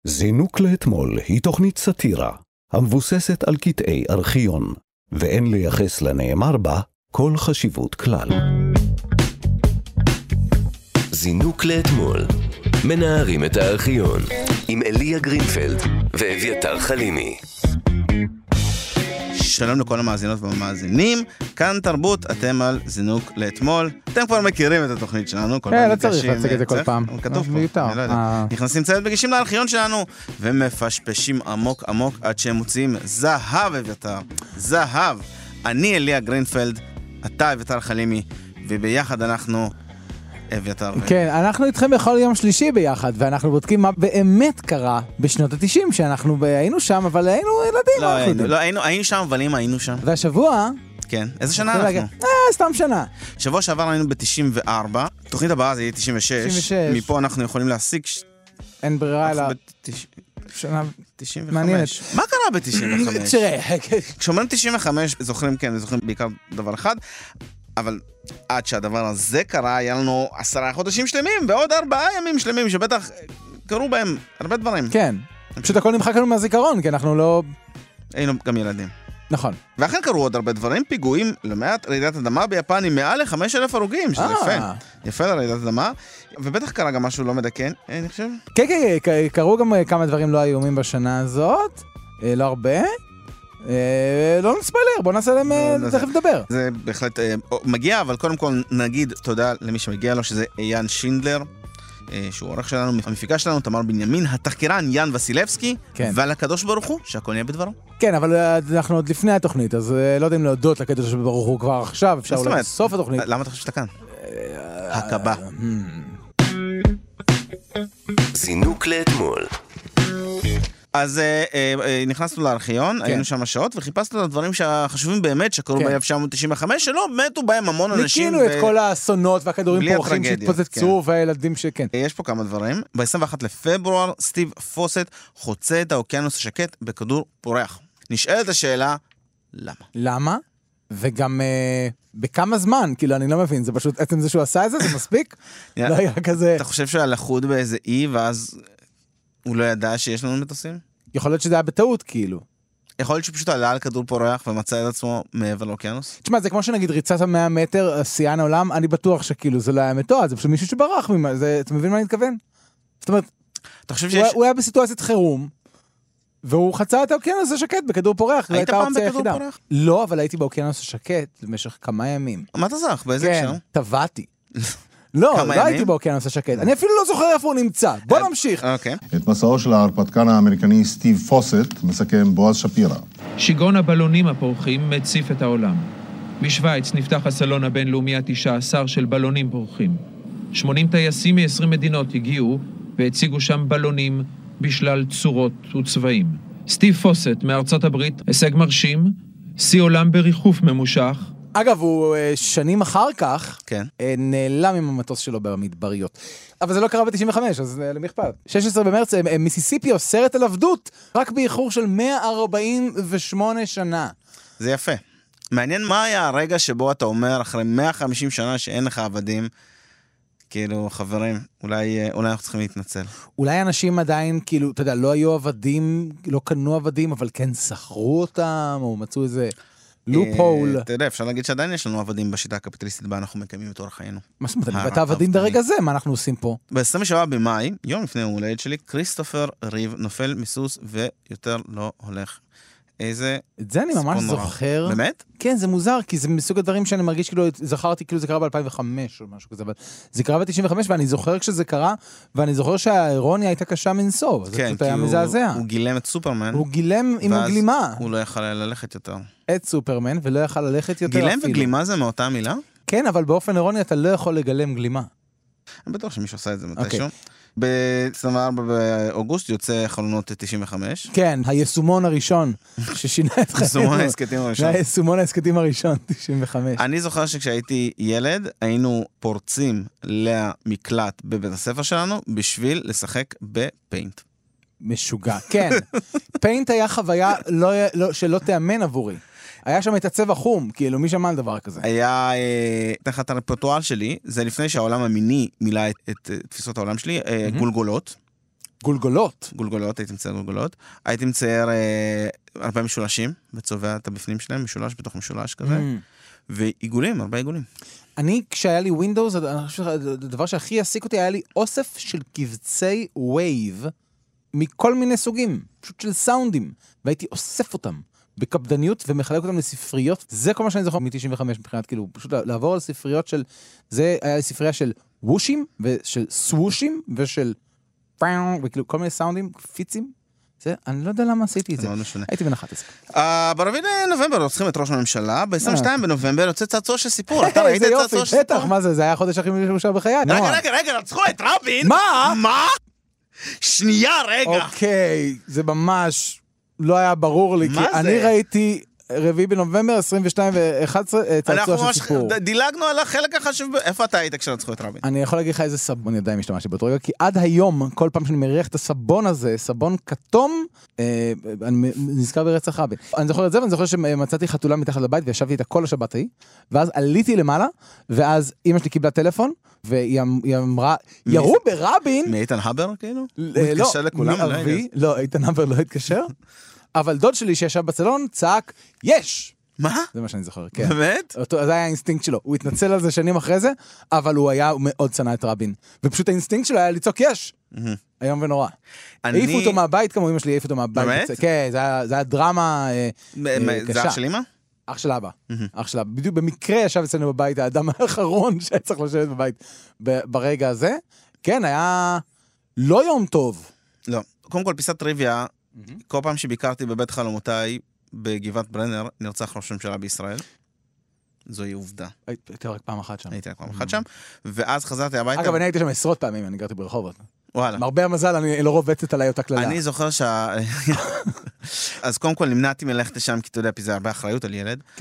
זינוק לאתמול היא תוכנית סאטירה, המבוססת על קטעי ארכיון, ואין לייחס לנאמר בה כל חשיבות כלל. זינוק לאתמול, מנערים את הארכיון, עם אליה גרינפלד ואביתר חלימי. שלום לכל המאזינות והמאזינים, כאן תרבות, אתם על זינוק לאתמול. אתם כבר מכירים את התוכנית שלנו. לא צריך להציג את זה כל פעם. כתוב פה, אני לא יודע. נכנסים צוות בגישים לארכיון שלנו, ומפשפשים עמוק עמוק עד שהם מוציאים זהב, אביתר. זהב. אני אליה גרינפלד, אתה אביתר חלימי, וביחד אנחנו אביתר. כן, אנחנו איתכם בכל יום שלישי ביחד, ואנחנו בודקים מה באמת קרה בשנות ה-90, שאנחנו היינו שם, אבל היינו ילדים. לא, היינו שם, אבל אם היינו שם. והשבוע... כן, איזה שנה אנחנו? סתם שנה. שבוע שעבר היינו ב-94, תוכנית הבאה זה יהיה 96. מפה אנחנו יכולים להסיק... אין ברירה אלא... שנה 95. מה קרה ב-95? תראה, כשאומרים 95, זוכרים בעיקר דבר אחד, אבל עד שהדבר הזה קרה, היה לנו 10 חודשים שלמים, ועוד 4 ימים שלמים, שבטח קרו בהם הרבה דברים. כן, פשוט הכל נמחק לנו מהזיכרון, כי אנחנו לא... היינו גם ילדים. נכון. ואכן קרו עוד הרבה דברים, פיגועים, למעט רעידת אדמה ביפן עם מעל ל5,000 הרוגים, שזה יפה. יפה לרעידת אדמה, ובטח קרה גם משהו לא מדכן, אני חושב. כן, קרו גם כמה דברים לא איומים בשנה הזאת, לא הרבה. לא נספיילר, בוא נעשה להם, תכף נדבר. זה בהחלט מגיע, אבל קודם כל נגיד תודה למי שמגיע לו, שזה איין שינדלר, שהוא עורך שלנו, המפיקה שלנו, תמר בנימין, התחקירן יאן וסילבסקי, ועל הקדוש ברוך הוא, שהכל נהיה בדברו. כן, אבל אנחנו עוד לפני התוכנית, אז לא יודעים להודות לקדוש ברוך הוא כבר עכשיו, אפשר אולי לסוף התוכנית. למה אתה חושב שאתה כאן? הקבא. זינוק לאתמול. אז נכנסנו לארכיון, היינו שם שעות, וחיפשנו את הדברים החשובים באמת שקרו ב-1995, שלא מתו בהם המון אנשים. ניקינו את כל האסונות והכדורים פורחים שהתפוצצו, והילדים שכן. יש פה כמה דברים. ב-21 לפברואר, סטיב פוסט חוצה את האוקיינוס השקט בכדור פורח. נשאלת השאלה, למה? למה? וגם בכמה זמן? כאילו, אני לא מבין, זה פשוט, עצם זה שהוא עשה את זה, זה מספיק? לא היה כזה... אתה חושב שהוא היה לחוד באיזה אי, ואז... הוא לא ידע שיש לנו מטוסים? יכול להיות שזה היה בטעות, כאילו. יכול להיות שפשוט עלה על כדור פורח ומצא את עצמו מעבר לאוקיינוס? תשמע, זה כמו שנגיד ריצת 100 מטר, שיאן העולם, אני בטוח שכאילו זה לא היה מתועד, זה פשוט מישהו שברח ממה, אתה מבין מה אני מתכוון? זאת אומרת, הוא היה בסיטואציית חירום, והוא חצה את האוקיינוס השקט בכדור פורח. היית פעם בכדור פורח? לא, אבל הייתי באוקיינוס השקט במשך כמה ימים. מה אתה זך? באיזה הקשר? כן, טבעתי. לא הייתי באוקיינוס השקט. אני אפילו לא זוכר איפה הוא נמצא. בוא נמשיך. את מסעו של ההרפתקן האמריקני סטיב פוסט מסכם בועז שפירא. שיגעון הבלונים הפורחים מציף את העולם. בשוויץ נפתח הסלון הבינלאומי ה-19 של בלונים פורחים. 80 טייסים מ-20 מדינות הגיעו והציגו שם בלונים בשלל צורות וצבעים. סטיב פוסט מארצות הברית, הישג מרשים, שיא עולם בריחוף ממושך. אגב, הוא שנים אחר כך נעלם עם המטוס שלו במדבריות. אבל זה לא קרה ב-95, אז למי אכפת? 16 במרץ, מיסיסיפי אוסרת על עבדות, רק באיחור של 148 שנה. זה יפה. מעניין מה היה הרגע שבו אתה אומר, אחרי 150 שנה שאין לך עבדים, כאילו, חברים, אולי אנחנו צריכים להתנצל. אולי אנשים עדיין, כאילו, אתה יודע, לא היו עבדים, לא קנו עבדים, אבל כן שכרו אותם, או מצאו איזה... לופ-הול. אתה יודע, אפשר להגיד שעדיין יש לנו עבדים בשיטה הקפיטליסטית בה אנחנו מקיימים את אורח חיינו. מה זאת אומרת? ואתה עבדים ברגע זה, מה אנחנו עושים פה? ב-27 במאי, יום לפני יום הולדת שלי, כריסטופר ריב נופל מסוס ויותר לא הולך. איזה... את זה אני ממש זוכר. באמת? כן, זה מוזר, כי זה מסוג הדברים שאני מרגיש כאילו, זכרתי כאילו זה קרה ב-2005 או משהו כזה, אבל זה קרה ב-95 ואני זוכר כשזה קרה, ואני זוכר שהאירוניה הייתה קשה מנסור, זה פשוט היה מזעזע. הוא גילם את סופרמן. הוא גילם עם הגלימה. הוא לא יכל ללכת יותר. את סופרמן, ולא יכל ללכת יותר גילם וגלימה זה מאותה מילה? כן, אבל באופן אירוני אתה לא יכול לגלם גלימה. אני בטוח שמישהו עושה את זה מתישהו. ב-24 באוגוסט יוצא חלונות 95. כן, היישומון הראשון ששינה את חיינו. היישומון העסקתים הראשון. היישומון העסקתים הראשון, 95. אני זוכר שכשהייתי ילד, היינו פורצים למקלט בבית הספר שלנו, בשביל לשחק בפיינט. משוגע, כן. פיינט היה חוויה שלא תאמן עבורי. היה שם את הצבע חום, כאילו מי שמע על דבר כזה. היה, תחת הרפרטואר שלי, זה לפני שהעולם המיני מילא את תפיסות העולם שלי, גולגולות. גולגולות. גולגולות, הייתי מצייר גולגולות. הייתי מצייר הרבה משולשים, וצובע את הבפנים שלהם, משולש בתוך משולש כזה. ועיגולים, הרבה עיגולים. אני, כשהיה לי ווינדוס, הדבר שהכי העסיק אותי, היה לי אוסף של קבצי וייב, מכל מיני סוגים, פשוט של סאונדים, והייתי אוסף אותם בקפדניות ומחלק אותם לספריות. זה כל מה שאני זוכר מ-95 מבחינת, כאילו, פשוט לעבור על ספריות של, זה היה לי ספרייה של וושים, ושל סוושים, ושל וכאילו כל מיני סאונדים, פיצים. זה, אני לא יודע למה עשיתי את זה. הייתי בן 11. ברביעי לנובמבר רוצחים את ראש הממשלה, ב-22 בנובמבר יוצא צעצוע של סיפור. אתה ראית את צעצוע של סיפור? בטח, מה זה? זה היה החודש הכי מאושר בחיי. רגע, רצחו את רבין? מה? שנייה, רגע. אוקיי, זה ממש לא היה ברור לי, כי אני ראיתי 4 בנובמבר, 22 ו-11, צעצוע של סיפור. דילגנו על החלק החשוב, איפה אתה היית כשרצחו את רבין? אני יכול להגיד לך איזה סבון ידיים השתמשתי באותו רגע, כי עד היום, כל פעם שאני מריח את הסבון הזה, סבון כתום, אני נזכר ברצח רבין. אני זוכר את זה, ואני זוכר שמצאתי חתולה מתחת לבית, וישבתי איתה כל השבת ההיא, ואז עליתי למעלה, ואז אמא שלי קיבלה טלפון, והיא אמרה, ירו ברבין. מאיתן הבר, כאילו? לא, מאבי, לא, איתן הבר לא התקשר. אבל דוד שלי שישב בצלון צעק, יש! מה? זה מה שאני זוכר, כן. באמת? זה היה האינסטינקט שלו. הוא התנצל על זה שנים אחרי זה, אבל הוא היה מאוד צנע את רבין. ופשוט האינסטינקט שלו היה לצעוק, יש! היום ונורא. העיפו אותו מהבית, כמו אמא שלי, העיפו אותו מהבית. באמת? כן, זה היה דרמה קשה. זה אח של אמא? אח של אבא. אח של אבא. בדיוק במקרה ישב אצלנו בבית, האדם האחרון שהיה צריך לשבת בבית ברגע הזה. כן, היה לא יום טוב. לא. קודם כל, פיסת טריוויה, כל פעם שביקרתי בבית חלומותיי, בגבעת ברנר, נרצח ראש הממשלה בישראל. זוהי עובדה. הייתי רק פעם אחת שם. הייתי רק פעם אחת שם, ואז חזרתי הביתה. אגב, אני הייתי שם עשרות פעמים, אני גרתי ברחובות. וואלה. מהרבה המזל, אני לא רובצת עליי אותה כללה. אני זוכר אז קודם כל נמנעתי מלכת לשם, כי אתה יודע, זה הרבה אחריות על ילד. כן.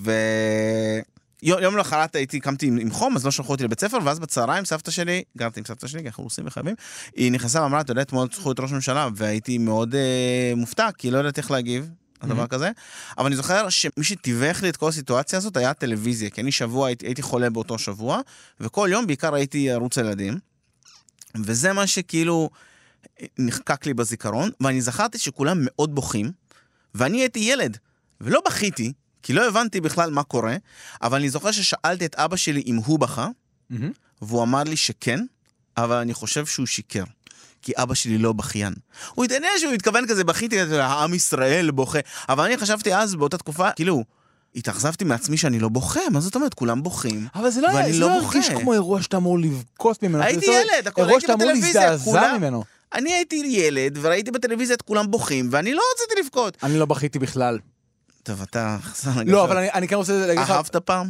יום לאחרת קמתי עם חום, אז לא שלחו אותי לבית ספר, ואז בצהריים סבתא שלי, גרתי עם סבתא שלי, כי אנחנו רוסים וחייבים, היא נכנסה ואמרה, אתה יודע, אתמול צחו את ראש הממשלה, והייתי מאוד מופתע, כי לא ידעתי איך להגיב, הדבר כזה, אבל אני זוכר שמי שתיווך לי את כל הסיטואציה הזאת היה טלוויזיה, כי אני שבוע, הייתי חולה באותו שבוע, וכל יום בעיקר הייתי ערוץ ילדים, וזה מה שכאילו נחקק לי בזיכרון, ואני זכרתי שכולם מאוד בוכים, ואני הייתי ילד, ולא בכיתי, כי לא הבנתי בכלל מה קורה, אבל אני זוכר ששאלתי את אבא שלי אם הוא בכה, והוא אמר לי שכן, אבל אני חושב שהוא שיקר, כי אבא שלי לא בכיין. הוא התעניין שהוא התכוון כזה, בכיתי, העם ישראל בוכה, אבל אני חשבתי אז באותה תקופה, כאילו, התאכזבתי מעצמי שאני לא בוכה, מה זאת אומרת? כולם בוכים, אבל זה לא הרגיש כמו אירוע שאתה אמור לבכות ממנו. הייתי ילד, אירוע שאתה אמור להזדעזע ממנו. אני הייתי ילד, וראיתי בטלוויזיה את כולם בוכים, ואני לא רציתי לבכות. אני לא בכיתי בכלל. טוב, אתה... לא, אבל אני כן רוצה להגיד לך... אהבת פעם?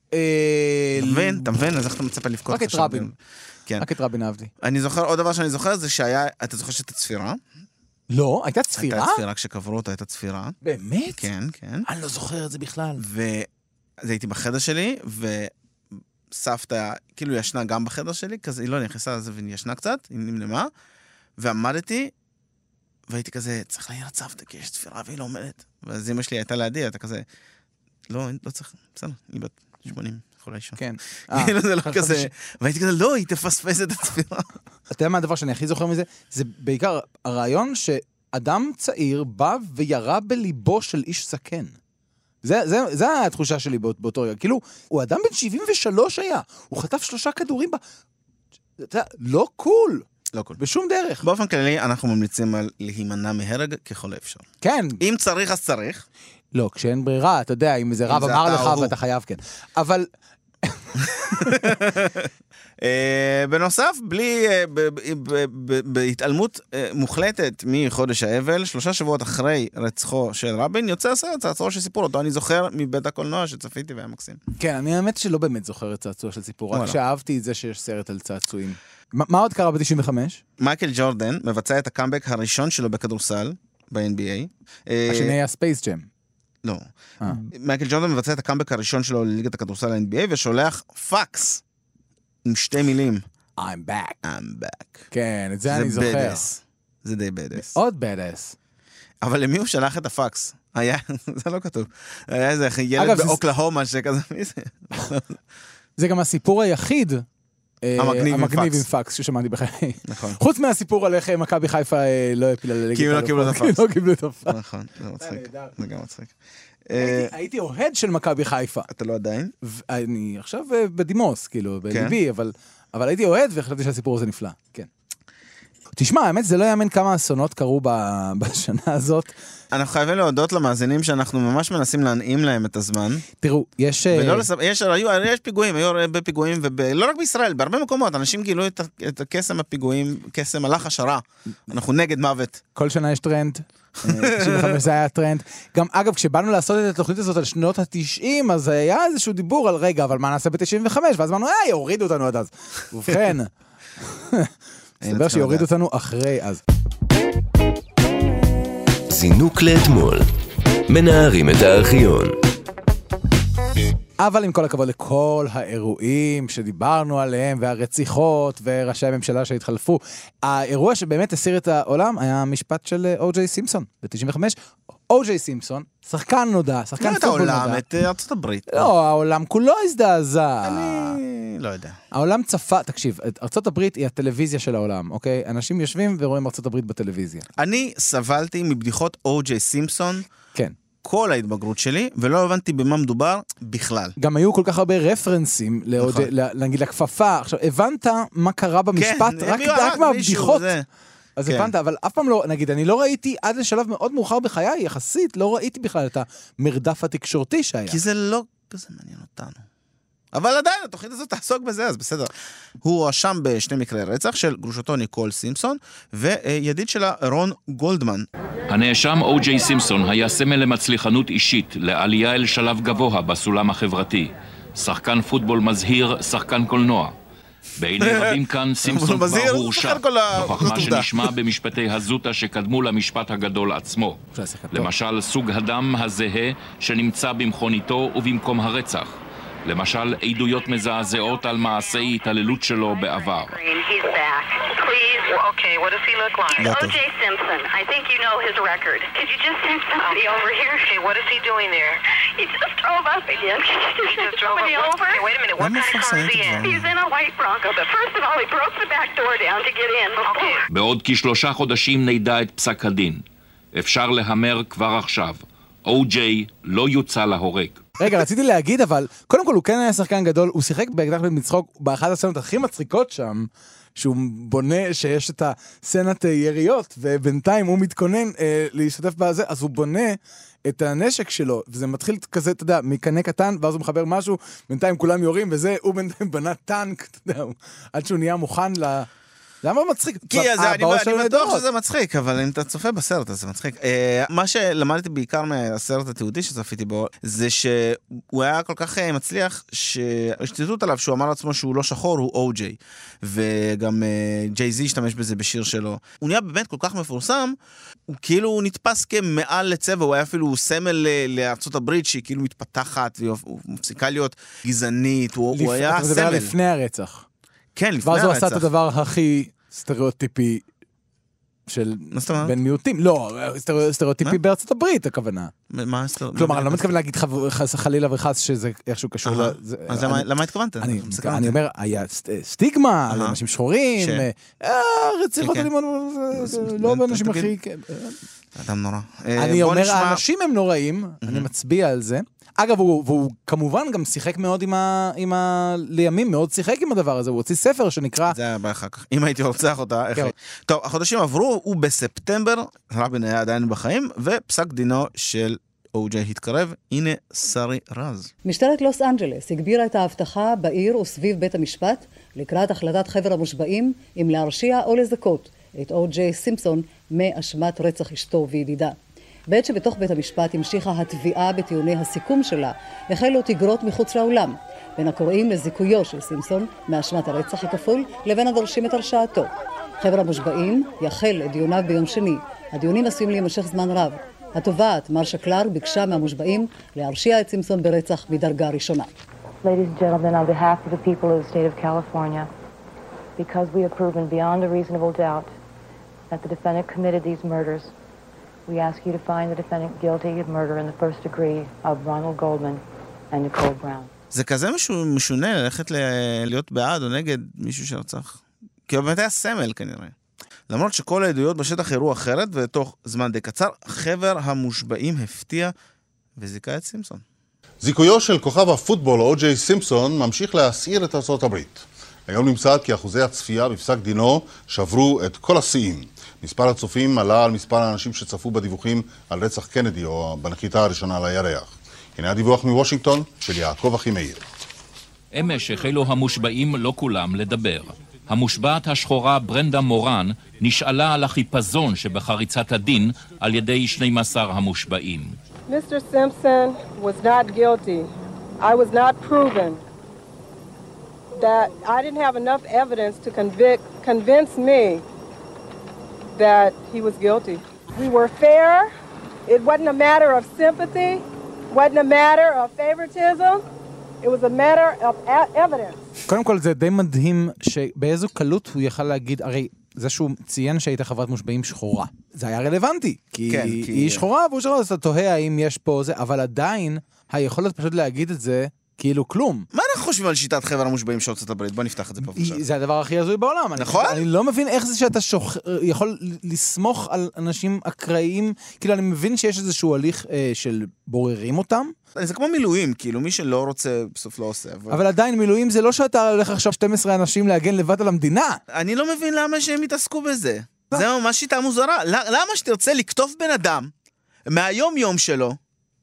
אתה מבין? אז איך אתה מצפה לבכות? רק את רבין. רק את רבין אהבתי. אני זוכר, עוד דבר שאני זוכר זה שהיה, אתה זוכר שהייתה צפירה? לא, הייתה צפירה? הייתה צפירה, כשקברו אותה הייתה צפירה. באמת? כן, כן. אני לא זוכר את זה בכלל. אז הייתי בחדר שלי, וסבתא כאילו ישנה גם בחדר שלי, כזה היא לא נכנסה לזה וישנה קצת, היא נמלמה, ועמדתי, והייתי כזה, צריך להעיר את סבתא, כי יש צפירה והיא לא עומדת. ואז אמא שלי הייתה לידי, הייתה כזה, לא צריך, בסדר, היא בת 80, יכולה לישון. כן. זה לא כזה, והייתי כזה, לא, היא תפספס את הצפירה. אתה יודע מה הדבר שאני הכי זוכר מזה? זה בעיקר הרעיון שאדם צעיר בא וירה בליבו של איש זקן. זה התחושה שלי באותו רגע. כאילו, הוא אדם בן 73 היה, הוא חטף 3 כדורים לא קול. לא קול. בשום דרך. באופן כללי, אנחנו ממליצים על להימנע מהרג ככל האפשר. כן. אם צריך, אז צריך. לא, כשאין ברירה, אתה יודע, אם איזה רב אמר לך ואתה חייב, כן. אבל... בנוסף, בהתעלמות מוחלטת מחודש האבל, 3 שבועות אחרי רצחו של רבין, יוצא הסרט צעצוע של סיפור, אותו אני זוכר מבית הקולנוע שצפיתי והיה מקסים. כן, אני האמת שלא באמת זוכר את צעצוע של סיפור, רק שאהבתי את זה שיש סרט על צעצועים. מה עוד קרה ב-95? מייקל ג'ורדן מבצע את הקאמבק הראשון שלו בכדורסל, ב-NBA. השני היה ספייס ג'ם. לא. מייקל ג'ורדן מבצע את הקאמבק הראשון שלו לליגת הכדורסל ה-NBA, ושולח פאקס עם 2 מילים. I'm back. I'm back. כן, את זה אני זוכר. זה די בדס. עוד בדס. אבל למי הוא שלח את הפאקס? היה, זה לא כתוב. היה איזה ילד באוקלהומה שכזה, מי זה? זה גם הסיפור היחיד המגניב עם פקס ששמעתי בחיי. נכון. חוץ מהסיפור על איך מכבי חיפה לא הפילה לליגת כי הם לא קיבלו את הפקס. לא קיבלו את הפקס. נכון, זה מצחיק. זה גם מצחיק. הייתי אוהד של מכבי חיפה. אתה לא עדיין? אני עכשיו בדימוס, כאילו, בליבי, אבל הייתי אוהד והחלטתי שהסיפור הזה נפלא. כן. תשמע, האמת, זה לא יאמן כמה אסונות קרו בשנה הזאת. אנחנו חייבים להודות למאזינים שאנחנו ממש מנסים להנעים להם את הזמן. תראו, יש פיגועים, היו הרבה פיגועים, ולא רק בישראל, בהרבה מקומות, אנשים גילו את הקסם הפיגועים, קסם הלחש הרע. אנחנו נגד מוות. כל שנה יש טרנד. 95 זה היה טרנד. גם אגב, כשבאנו לעשות את התוכנית הזאת על שנות ה-90, אז היה איזשהו דיבור על רגע, אבל מה נעשה ב-95? ואז אמרנו, הורידו אותנו עד אז. ובכן, סבר שיורידו אותנו אחרי אז. זינוק לאתמול. מנערים את הארכיון. אבל עם כל הכבוד לכל האירועים שדיברנו עליהם, והרציחות, וראשי הממשלה שהתחלפו, האירוע שבאמת הסיר את העולם היה המשפט של אוג'יי סימפסון, ב-95. אוג'יי סימפסון, שחקן נודע, שחקן פוטבול נודע. לא את העולם, את ארצות הברית. לא, העולם כולו הזדעזע. אני לא יודע. העולם צפה, תקשיב, ארצות הברית היא הטלוויזיה של העולם, אוקיי? אנשים יושבים ורואים ארצות הברית בטלוויזיה. אני סבלתי מבדיחות אוג'יי סימפסון. כן. כל ההתבגרות שלי, ולא הבנתי במה מדובר בכלל. גם היו כל כך הרבה רפרנסים, נגיד לכפפה. עכשיו, הבנת מה קרה במשפט, רק מהבדיחות. אז הבנת, אבל אף פעם לא, נגיד, אני לא ראיתי עד לשלב מאוד מאוחר בחיי, יחסית, לא ראיתי בכלל את המרדף התקשורתי שהיה. כי זה לא כזה מעניין אותנו. אבל עדיין, התוכנית הזאת תעסוק בזה, אז בסדר. הוא הואשם בשני מקרי רצח של גרושתו ניקול סימפסון, וידיד שלה רון גולדמן. הנאשם אוג'יי סימפסון היה סמל למצליחנות אישית, לעלייה אל שלב גבוה בסולם החברתי. שחקן פוטבול מזהיר, שחקן קולנוע. בעיני רבים כאן סימפסון כבר הורשע, נוכח מה שנשמע במשפטי הזוטה שקדמו למשפט הגדול עצמו. למשל, סוג הדם הזהה שנמצא במכוניתו ובמקום הרצח. למשל, עדויות מזעזעות על מעשי התעללות שלו בעבר. Okay, what does he look like? O.J. Simpson. I think you know his record. Could you just send somebody over here? Okay, what is he doing there? He just drove up again. He just drove over? Okay, wait a minute. What kind of car is he in? He's in a white Bronco, but first of all, he broke the back door down to get in. Okay. בעוד כ3 חודשים נדע את פסק הדין. אפשר להמר כבר עכשיו. O.J. לא יוצא להורג. רגע, רציתי להגיד, אבל קודם כל הוא כן היה שחקן גדול, הוא שיחק באקדח במצחוק באחת הסצנות הכי מצחיקות שם, שהוא בונה שיש את הסצנת יריות, ובינתיים הוא מתכונן להשתתף בזה, אז הוא בונה את הנשק שלו, וזה מתחיל כזה, אתה יודע, מקנה קטן, ואז הוא מחבר משהו, בינתיים כולם יורים, וזה, הוא בינתיים בנה טנק, אתה יודע, עד שהוא נהיה מוכן למה מצחיק? כי אני בטוח שזה מצחיק, אבל אם אתה צופה בסרט, אז זה מצחיק. מה שלמדתי בעיקר מהסרט התיעודי שצפיתי בו, זה שהוא היה כל כך מצליח, שהשתתות עליו שהוא אמר לעצמו שהוא לא שחור, הוא אוג'יי. וגם ג'יי-זי השתמש בזה בשיר שלו. הוא נהיה באמת כל כך מפורסם, הוא כאילו נתפס כמעל לצבע, הוא היה אפילו סמל לארצות הברית, שהיא כאילו מתפתחת, והוא מפסיקה להיות גזענית, הוא היה סמל. זה היה לפני הרצח. כן, לפני הרצח. ואז הוא עשה את הדבר הכי סטריאוטיפי של בן מיעוטים. לא, סטריאוטיפי בארצות הברית, הכוונה. מה הסטריאוטיפי? כלומר, אני לא מתכוון להגיד חלילה וחס שזה איכשהו קשור. אז למה התכוונת? אני אומר, היה סטיגמה על אנשים שחורים, רציחות אלימות, לא באנשים הכי... אדם נורא. אני אומר, האנשים הם נוראים, אני מצביע על זה. אגב, והוא כמובן גם שיחק מאוד לימים, מאוד שיחק עם הדבר הזה, הוא הוציא ספר שנקרא... זה היה בעיה אחר כך, אם הייתי רוצח אותה, איך... טוב, החודשים עברו, הוא בספטמבר, רבין היה עדיין בחיים, ופסק דינו של אוג'יי התקרב, הנה שרי רז. משטרת לוס אנג'לס הגבירה את ההבטחה בעיר וסביב בית המשפט, לקראת החלטת חבר המושבעים, אם להרשיע או לזכות את אוג'יי סימפסון מאשמת רצח אשתו וידידה. בעת שבתוך בית המשפט המשיכה התביעה בטיעוני הסיכום שלה, החלו תגרות מחוץ לאולם, בין הקוראים לזיכויו של סימפסון מאשמת הרצח הכפול, לבין הדורשים את הרשעתו. חבר המושבעים יחל את דיוניו ביום שני. הדיונים עשויים להימשך זמן רב. התובעת, מרשה קלר, ביקשה מהמושבעים להרשיע את סימפסון ברצח מדרגה ראשונה. Ladies and gentlemen, on behalf of the people of the state of California, because we have proven beyond a reasonable doubt that the defendant committed these murders, we ask you to find the defendant guilty of murder in the first degree of Ronald Goldman and Nicole Brown. זה כזה משונה ללכת להיות בעד או נגד מישהו שרצח. כי באמת היה סמל כנראה. למרות שכל העדויות בשטח הראו אחרת, ותוך זמן די קצר, חבר המושבעים הפתיע וזיקה את סימפסון. זיכויו של כוכב הפוטבול או.ג'יי סימפסון ממשיך להסעיר את ארצות הברית. היום נמצא כי אחוזי הצפייה בפסק דינו שברו את כל השיאים. מספר הצופים עלה על מספר האנשים שצפו בדיווחים על רצח קנדי או בנחיתה הראשונה על הירח. הנה הדיווח מוושינגטון של יעקב אחימאיר. אמש החלו המושבעים לא כולם לדבר. המושבעת השחורה ברנדה מורן נשאלה על החיפזון שבחריצת הדין על ידי 12 המושבעים. Mr. Simpson was not guilty. I was not proven that I didn't have enough evidence to convince me that he was guilty. We were fair. It wasn't a matter of sympathy. It wasn't a matter of favoritism. It was a matter of evidence. קודם כל זה די מדהים שבאיזו קלות הוא יכל להגיד, הרי זה שהוא ציין שהייתה חברת מושבעים שחורה. זה היה רלוונטי, כי היא שחורה, והוא שחורה, אז אתה תוהה האם יש פה זה, אבל עדיין היכולת פשוט להגיד את זה כאילו כלום. מה אנחנו חושבים על שיטת חבר המושבעים של ארצות הברית? בוא נפתח את זה פה עכשיו. זה הדבר הכי הזוי בעולם. נכון? אני לא מבין איך זה שאתה יכול לסמוך על אנשים אקראיים, כאילו אני מבין שיש איזשהו הליך של בוררים אותם. זה כמו מילואים, כאילו מי שלא רוצה בסוף לא עושה. אבל עדיין מילואים זה לא שאתה הולך עכשיו 12 אנשים להגן לבד על המדינה. אני לא מבין למה שהם יתעסקו בזה. זה ממש שיטה מוזרה. למה שתרצה לקטוף בן אדם מהיום יום שלו?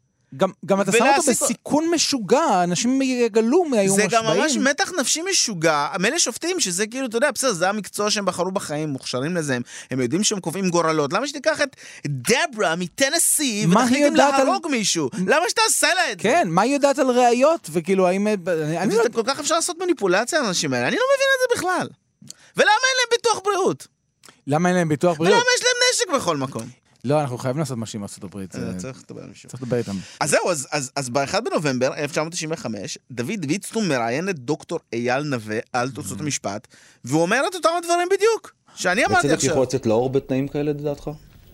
גם אתה שם אותו בסיכון משוגע, אנשים יגלו מהיום זה השבעים. גם ממש מתח נפשי משוגע, מלא שופטים שזה כאילו, אתה יודע, בסדר, זה המקצוע שהם בחרו בחיים, מוכשרים לזה, הם יודעים שהם קובעים גורלות, למה שתיקח את דברה מטנסי ותחליטים להרוג מישהו? למה שתעשה לה את זה? כן, מה היא יודעת על ראיות, וכאילו, האם... כל כך אפשר לעשות מניפולציה לאנשים האלה, אני לא מבין את זה בכלל. ולמה אין להם ביטוח בריאות? למה אין להם ביטוח בריאות? ולמה יש להם נשק בכל מקום? לא, אנחנו חייבים לעשות משהו עם ארצות הברית. צריך לדבר עם מישהו. צריך לדבר איתם. אז זהו, אז ב-1 בנובמבר 1995, דוד ויצטום מראיין את דוקטור אייל נווה על תוצאות המשפט, והוא אומר את אותם הדברים בדיוק, שאני אמרתי עכשיו. בצדק יכול לצאת לאור בתנאים כאלה, לדעתך?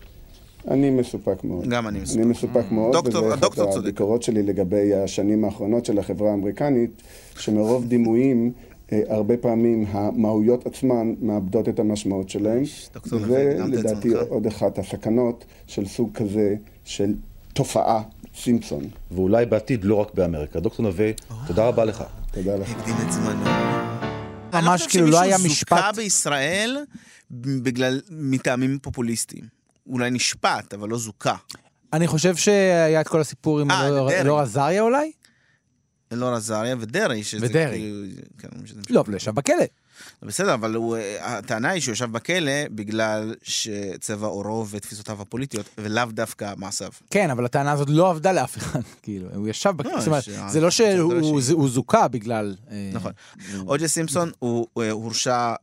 אני מסופק מאוד. גם אני מסופק. אני מסופק מאוד, וזה אחת הביקורות שלי לגבי השנים האחרונות של החברה האמריקנית, שמרוב דימויים, הרבה פעמים המהויות עצמן מאבדות את המשמעות שלהם, ולדעתי עוד אחת הסכנות של סוג כזה של תופעה סימפסון. ואולי בעתיד לא רק באמריקה. דוקטור נווה, תודה רבה לך. תודה לך. הקדים את זמנו. ממש כאילו לא היה משפט. אני חושב שמישהו זוכה בישראל בגלל מטעמים פופוליסטיים. אולי נשפט, אבל לא זוכה. אני חושב שהיה את כל הסיפור עם אלאור עזריה אולי? אלאור עזריה ודרי. ודרי. לא, אבל הוא ישב בכלא. בסדר, אבל הטענה היא שהוא ישב בכלא בגלל שצבע עורו ותפיסותיו הפוליטיות, ולאו דווקא מעשיו. כן, אבל הטענה הזאת לא עבדה לאף אחד. כאילו, הוא ישב בכלא. זאת אומרת, זה לא שהוא זוכה בגלל... נכון. או.ג'יי סימפסון הוא הורשע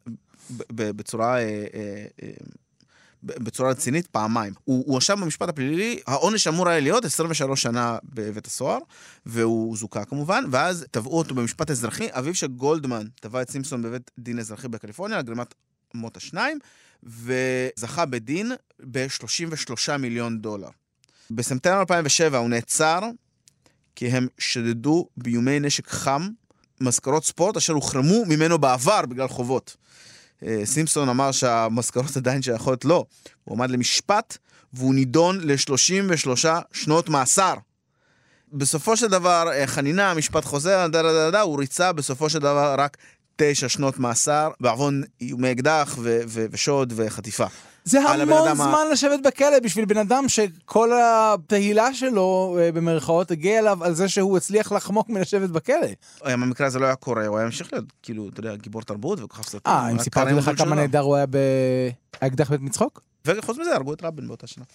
בצורה רצינית פעמיים. הוא הואשם במשפט הפלילי, העונש אמור היה להיות 23 שנה בבית הסוהר, והוא זוכה כמובן, ואז תבעו אותו במשפט אזרחי. אביו של גולדמן תבע את סימפסון בבית דין אזרחי בקליפורניה, לגרימת מות השניים, וזכה בדין ב$33 מיליון. בספטמבר 2007 הוא נעצר, כי הם שדדו ביומי נשק חם, מזכרות ספורט אשר הוחרמו ממנו בעבר בגלל חובות. סימפסון אמר שהמזכרות עדיין שיכולות לא. הוא עמד למשפט, והוא נידון ל-33 שנות מאסר. בסופו של דבר, חנינה, משפט חוזר, הוא ריצה בסופו של דבר רק 9 שנות מאסר, בעוון איומי אקדח ושוד וחטיפה. זה המון זמן לשבת בכלא בשביל בן אדם שכל התהילה שלו במרכאות הגיע אליו על זה שהוא הצליח לחמוק מלשבת בכלא. אם המקרה הזה לא היה קורה, הוא היה המשיך להיות, כאילו, אתה יודע, גיבור תרבות וכוכב סרטים. אם סיפרתי לך כמה נהדר הוא היה באקדח בית מצחוק? וחוץ מזה, הרגו את רבין באותה שנה.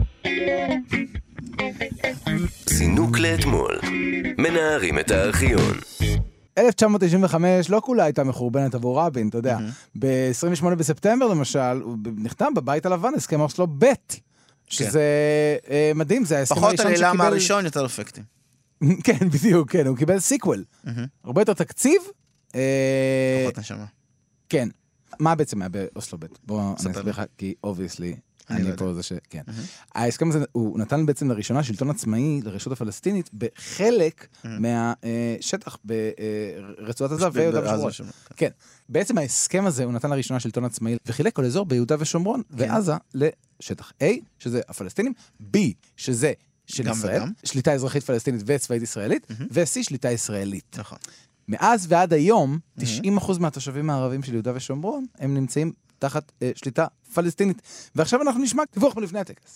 זינוק לאתמול. מנערים את הארכיון. 1995 לא כולה הייתה מחורבנת עבור רבין, אתה יודע. ב-28 בספטמבר למשל, הוא נחתם בבית הלבן, הסכם אוסלו ב', שזה מדהים, זה ההסכם הראשון שקיבל... פחות הנעלם הראשון, יותר אפקטים. כן, בדיוק, כן, הוא קיבל סיקוול. הרבה יותר תקציב. פחות נשמה. כן. מה בעצם היה באוסלו ב'? בואו אני אסביר לך, כי obviously אני פה זה כן. ההסכם הזה, הוא נתן בעצם לראשונה שלטון עצמאי לרשות הפלסטינית בחלק מהשטח ברצועת עזה ויהודה ושומרון. כן. בעצם ההסכם הזה הוא נתן לראשונה שלטון עצמאי וחילק כל אזור ביהודה ושומרון ועזה לשטח A, שזה הפלסטינים, B, שזה של ישראל, שליטה אזרחית פלסטינית וצבאית ישראלית, ו-C, שליטה ישראלית. נכון. מאז ועד היום, 90% מהתושבים הערבים של יהודה ושומרון, הם נמצאים תחת שליטה פלסטינית. ועכשיו אנחנו נשמע דיווח מלפני הטקס.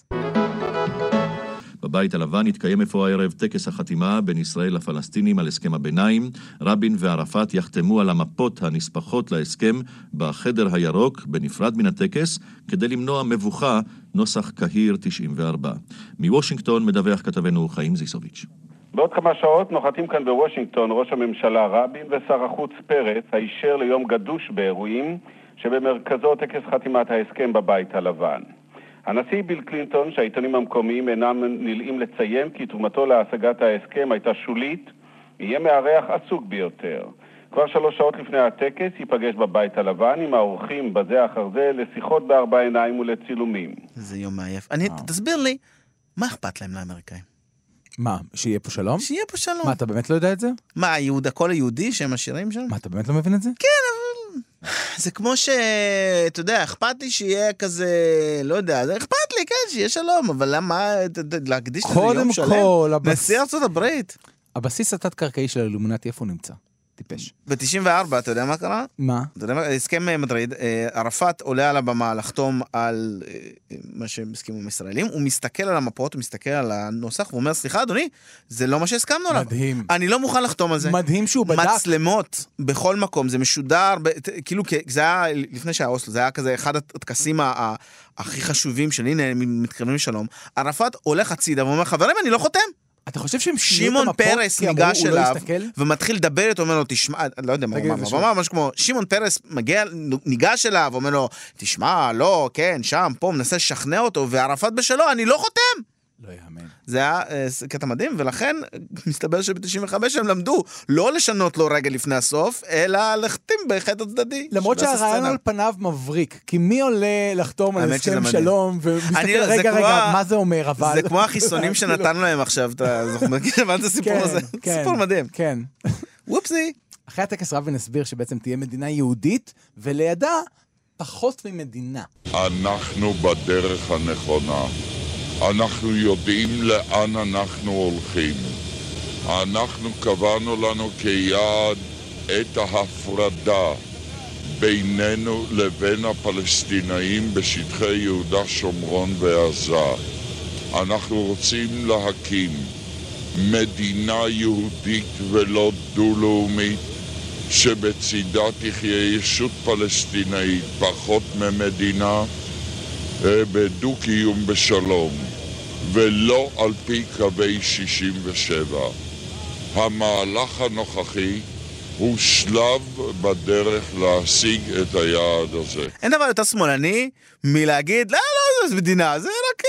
בבית הלבן התקיים אפוא הערב טקס החתימה בין ישראל לפלסטינים על הסכם הביניים. רבין וערפאת יחתמו על המפות הנספחות להסכם בחדר הירוק בנפרד מן הטקס, כדי למנוע מבוכה, נוסח קהיר 94. מוושינגטון מדווח כתבנו חיים זיסוביץ'. בעוד כמה שעות נוחתים כאן בוושינגטון ראש הממשלה רבין ושר החוץ פרץ, הישר ליום גדוש באירועים שבמרכזו טקס חתימת ההסכם בבית הלבן. הנשיא ביל קלינטון, שהעיתונים המקומיים אינם נלאים לציין כי תרומתו להשגת ההסכם הייתה שולית, יהיה מארח עסוק ביותר. כבר 3 שעות לפני הטקס ייפגש בבית הלבן עם האורחים בזה אחר זה לשיחות בארבע עיניים ולצילומים. זה יום מעייף. תסביר לי, מה אכפת להם לאמריקאים? מה, שיהיה פה שלום? שיהיה פה שלום. מה, אתה באמת לא יודע את זה? מה, הכל היהודי שהם עשירים שם? מה, אתה באמת לא מבין את זה? כן, אבל זה כמו אתה יודע, אכפת לי שיהיה כזה, לא יודע, זה אכפת לי, כן, שיהיה שלום, אבל למה להקדיש לזה יום שלם? קודם כל, נשיא ארצות הברית. הבסיס התת-קרקעי של האילומינטי, איפה הוא נמצא? טיפש. ב-94, אתה יודע מה קרה? מה? אתה יודע מה? הסכם מדריד, ערפאת עולה על הבמה לחתום על מה שהם הסכימו עם ישראלים, הוא מסתכל על המפות, הוא מסתכל על הנוסח, והוא אומר, סליחה אדוני, זה לא מה שהסכמנו עליו. מדהים. אני לא מוכן לחתום על זה. מדהים שהוא בדק. מצלמות בכל מקום, זה משודר, כאילו, זה היה, לפני שהיה אוסלו, זה היה כזה אחד הטקסים הכי חשובים של, הנה, הם מתקרבים לשלום. ערפאת הולך הצידה, ואומר, חברים, אני לא חותם. אתה חושב שהם שימון פרס ניגש אליו ומתחיל לדבר איתו, אומר לו, תשמע, לא יודע מה, הוא אמר משהו כמו, שימון פרס ניגש אליו, אומר לו, תשמע, לא, כן, שם, פה, מנסה לשכנע אותו, וערפאת בשלו, אני לא חותם. לא יאמן. זה היה קטע מדהים, ולכן מסתבר שב-95 הם למדו לא לשנות לו רגע לפני הסוף, אלא לחתים בחטא הצדדי. למרות שהרעיון על פניו מבריק, כי מי עולה לחתום על הסכם שלום, ומסתכל רגע, מה זה אומר, אבל... זה כמו החיסונים שנתנו להם עכשיו, אתה מכיר מה זה הסיפור הזה? סיפור מדהים. כן. וופסי. אחרי הטקס רבין הסביר שבעצם תהיה מדינה יהודית, ולידה פחות ממדינה. אנחנו בדרך הנכונה. אנחנו יודעים לאן אנחנו הולכים. אנחנו קבענו לנו כיעד את ההפרדה בינינו לבין הפלסטינאים בשטחי יהודה, שומרון ועזה. אנחנו רוצים להקים מדינה יהודית ולא דו-לאומית, שבצידה תחיה ישות פלסטינאית, פחות ממדינה, בדו-קיום בשלום, ולא על פי קווי 67. המהלך הנוכחי הוא שלב בדרך להשיג את היעד הזה. אין דבר יותר שמאלני מלהגיד, לא, זה מדינה, זה רק...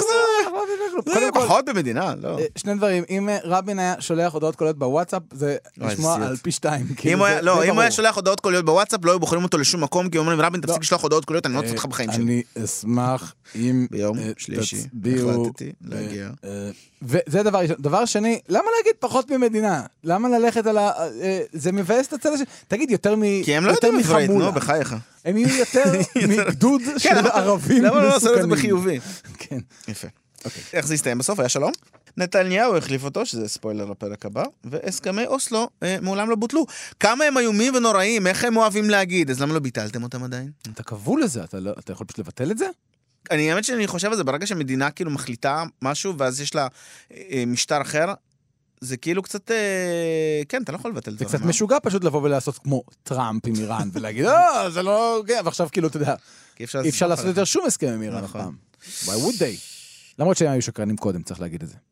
זה פחות במדינה, לא. שני דברים, אם רבין היה שולח הודעות קוליות בוואטסאפ, זה לשמוע על פי 2. לא, אם הוא היה שולח הודעות קוליות בוואטסאפ, לא היו בוחרים אותו לשום מקום, כי אומרים, רבין, תפסיק לשלוח הודעות קוליות, אני לא רוצה אותך בחיים שלי. אני אשמח אם ביום שלישי החלטתי להגיע. וזה דבר ראשון. דבר שני, למה להגיד פחות ממדינה? למה ללכת על ה... זה מבאס את הצד השני. תגיד, יותר מחמולה. כי הם לא יודעים עברית, נו, בחייך. הם יהיו יותר מגדוד של ערבים מסוכנים. למה לא לעשות את זה בחיובי? כן. יפה. איך זה הסתיים בסוף? היה שלום? נתניהו החליף אותו, שזה ספוילר לפרק הבא, והסכמי אוסלו מעולם לא בוטלו. כמה הם איומים ונוראים, איך הם אוהבים להגיד, אז למה לא ביטלתם אותם עדיין? אתה קבול לזה, אתה יכול פשוט לבטל את זה? האמת שאני חושב על זה, ברגע שמדינה כאילו מחליטה משהו, ואז יש לה משטר אחר, זה כאילו קצת, כן, אתה לא יכול לבטל את זה. זה קצת משוגע פשוט לבוא ולעשות כמו טראמפ עם איראן, ולהגיד, זה לא, ועכשיו כאילו, אתה יודע, אי אפשר לעשות יותר שום הסכם עם איראן הפעם. Why would they? למרות שהם היו שקרנים קודם, צריך להגיד את זה.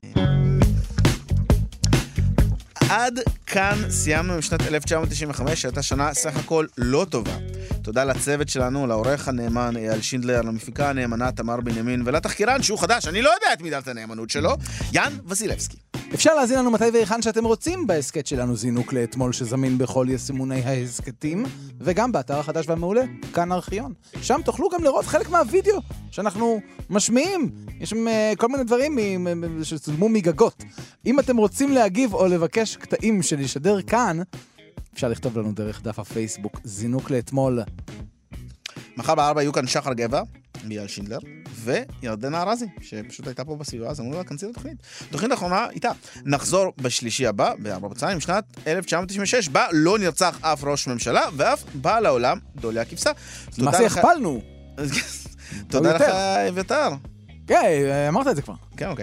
עד כאן סיימנו משנת 1995, שהייתה שנה סך הכל לא טובה. תודה לצוות שלנו, לעורך הנאמן אייל שינדלר, למפיקה הנאמנה תמר בנימין, ולתחקירן שהוא חדש, אני לא יודע את מידת הנאמנות שלו, יאן וסילבסקי. אפשר להזין לנו מתי והיכן שאתם רוצים בהסקט שלנו זינוק לאתמול שזמין בכל יישומוני ההסקטים, וגם באתר החדש והמעולה, כאן ארכיון. שם תוכלו גם לראות חלק מהווידאו שאנחנו משמיעים. יש שם כל מיני דברים שצולמו מגגות. אם אתם רוצים להגיב או לבקש קטעים שנשדר כאן, אפשר לכתוב לנו דרך דף הפייסבוק זינוק לאתמול. מחר ב4 יהיו כאן שחר גבע, ליאל שינדלר, וירדנה ארזי, שפשוט הייתה פה בסביבה, אז אמרו לה, כנסי לתוכנית. תוכנית האחרונה איתה. נחזור בשלישי הבא, ב4 בצהריים, שנת 1996, בה לא נרצח אף ראש ממשלה, ואף באה לעולם דוליה כבשה. מה זה הכפלנו? תודה לך, אביתר. כן, אמרת את זה כבר. כן, אוקיי.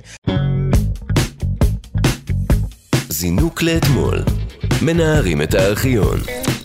זינוק לאתמול. מנערים את הארכיון.